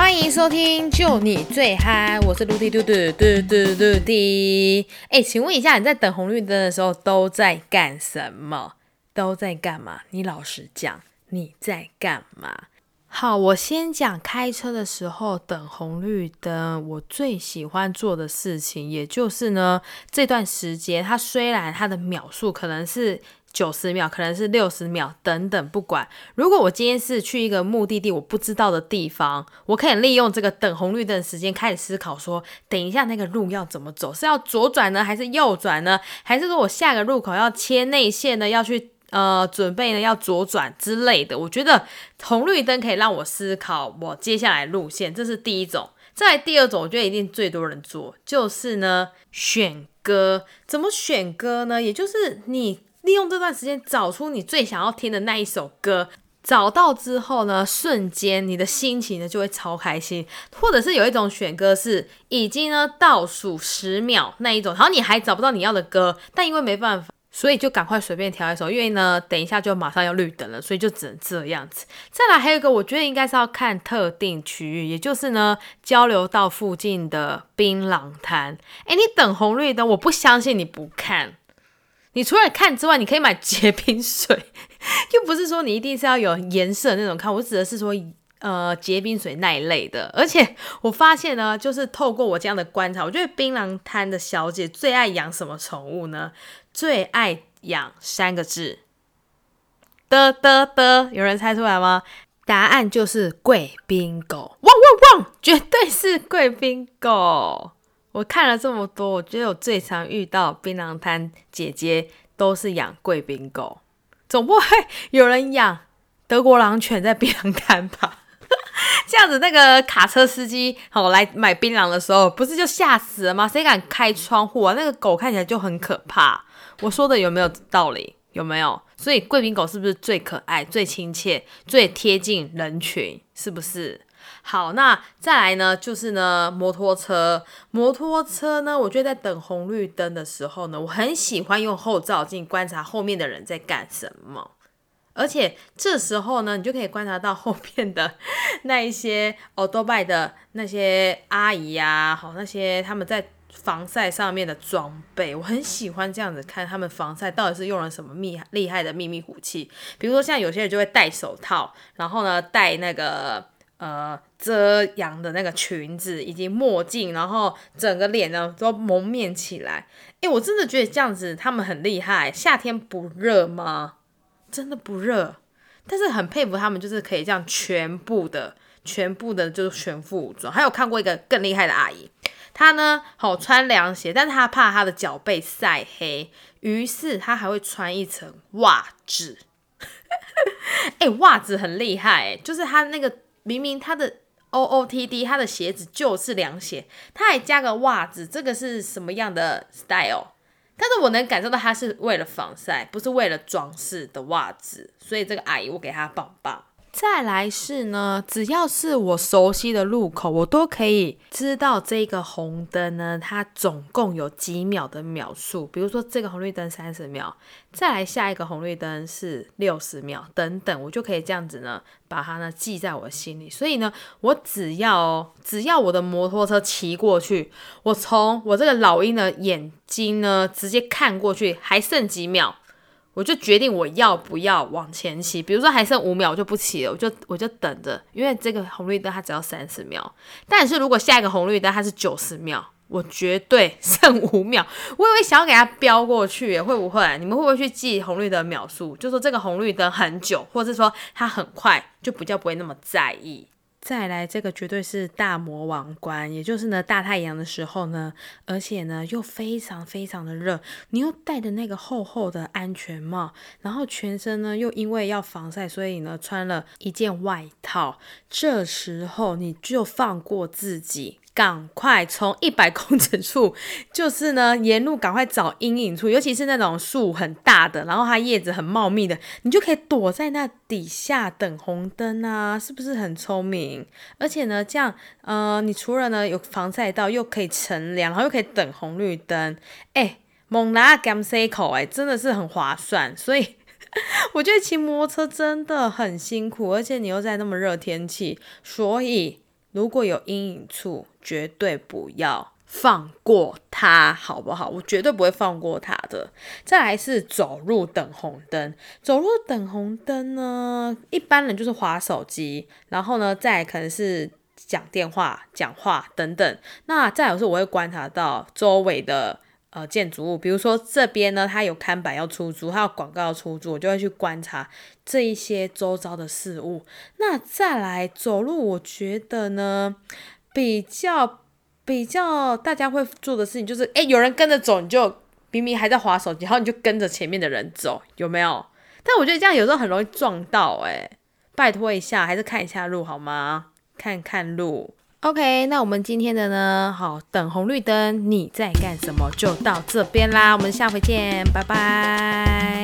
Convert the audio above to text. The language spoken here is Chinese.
欢迎收听就你最嗨，我是陆地嘟嘟嘟嘟嘟地。请问一下，你在等红绿灯的时候都在干什么？都在干嘛？你老实讲，你在干嘛？好，我先讲开车的时候等红绿灯，我最喜欢做的事情，也就是呢，这段时间它虽然它的秒数可能是90秒，可能是60秒等等，不管。如果我今天是去一个目的地我不知道的地方，我可以利用这个等红绿灯的时间开始思考说，等一下那个路要怎么走，是要左转呢，还是右转呢？还是说我下个路口要切内线呢，要去准备呢要左转之类的。我觉得红绿灯可以让我思考我接下来路线，这是第一种。再来第二种，我觉得一定最多人做，就是呢选歌。怎么选歌呢？也就是你利用这段时间找出你最想要听的那一首歌，找到之后呢，瞬间你的心情呢就会超开心。或者是有一种选歌是已经呢倒数10秒那一种，然后你还找不到你要的歌，但因为没办法，所以就赶快随便挑一首，因为呢等一下就马上要绿灯了，所以就只能这样子。再来还有一个我觉得应该是要看特定区域，也就是呢交流道附近的槟榔摊。你等红绿灯，我不相信你不看，你除了看之外，你可以买结冰水，又不是说你一定是要有颜色的那种看，我指的是说结冰水那一类的。而且我发现呢，就是透过我这样的观察，我觉得槟榔摊的小姐最爱养什么宠物呢？最爱养3个字的，有人猜出来吗？答案就是贵宾狗。汪，绝对是贵宾狗。我看了这么多，我觉得我最常遇到槟榔摊姐姐都是养贵宾狗，总不会有人养德国狼犬在槟榔摊吧？这样子那个卡车司机来买槟榔的时候，不是就吓死了吗？谁敢开窗户啊？那个狗看起来就很可怕。我说的有没有道理？有没有？所以贵宾狗是不是最可爱、最亲切、最贴近人群？是不是？好，那再来呢，就是呢，摩托车呢，我觉得在等红绿灯的时候呢，我很喜欢用后照镜观察后面的人在干什么，而且这时候呢，你就可以观察到后面的那一些欧拜的那些阿姨啊，那些他们在防晒上面的装备，我很喜欢这样子看他们防晒到底是用了什么厉害的秘密武器。比如说像有些人就会戴手套，然后呢戴那个遮阳的那个裙子以及墨镜，然后整个脸呢都蒙面起来。我真的觉得这样子他们很厉害。夏天不热吗？真的不热，但是很佩服他们，就是可以这样全部的就是全副武装。还有看过一个更厉害的阿姨，她呢穿凉鞋，但是她怕她的脚背晒黑，于是她还会穿一层袜子。袜子很厉害就是她那个明明她的 OOTD 她的鞋子就是凉鞋，她还加个袜子，这个是什么样的 style？ 但是我能感受到她是为了防晒，不是为了装饰的袜子，所以这个阿姨我给她棒棒。再来是呢，只要是我熟悉的路口，我都可以知道这个红灯呢，它总共有几秒的秒数。比如说这个红绿灯30秒，再来下一个红绿灯是60秒等等，我就可以这样子呢，把它呢记在我的心里。所以呢，我只要我的摩托车骑过去，我从我这个老鹰的眼睛呢直接看过去，还剩几秒，我就决定我要不要往前骑。比如说还剩5秒，我就不骑了，我就等着，因为这个红绿灯它只要30秒。但是如果下一个红绿灯它是90秒，我绝对剩5秒，我也会想要给它飙过去。会不会？你们会不会去记红绿灯秒数？就说这个红绿灯很久，或者是说它很快，就比较不会那么在意。再来这个绝对是大魔王关，也就是呢大太阳的时候呢，而且呢又非常非常的热，你又戴着那个厚厚的安全帽，然后全身呢又因为要防晒，所以呢穿了一件外套。这时候你就放过自己，赶快从100公尺处，就是呢沿路赶快找阴影处，尤其是那种树很大的，然后它叶子很茂密的，你就可以躲在那底下等红灯啊，是不是很聪明？而且呢这样你除了呢有防晒到，又可以乘凉，然后又可以等红绿灯，猛拉甘塞口真的是很划算。所以我觉得骑摩托车真的很辛苦，而且你又在那么热天气，所以如果有阴影处，绝对不要放过它，好不好？我绝对不会放过它的。再来是走路等红灯，走路等红灯呢，一般人就是滑手机，然后呢，再来可能是讲电话、讲话等等。那再有是我会观察到周围的建筑物，比如说这边呢，它有看板要出租，它有广告要出租，我就会去观察这一些周遭的事物。那再来走路，我觉得呢，比较大家会做的事情就是，有人跟着走，你就明明还在滑手机，然后你就跟着前面的人走，有没有？但我觉得这样有时候很容易撞到，拜托一下，还是看一下路好吗？看看路。OK， 那我们今天的呢，好，等红绿灯你在干什么就到这边啦，我们下回见，拜拜。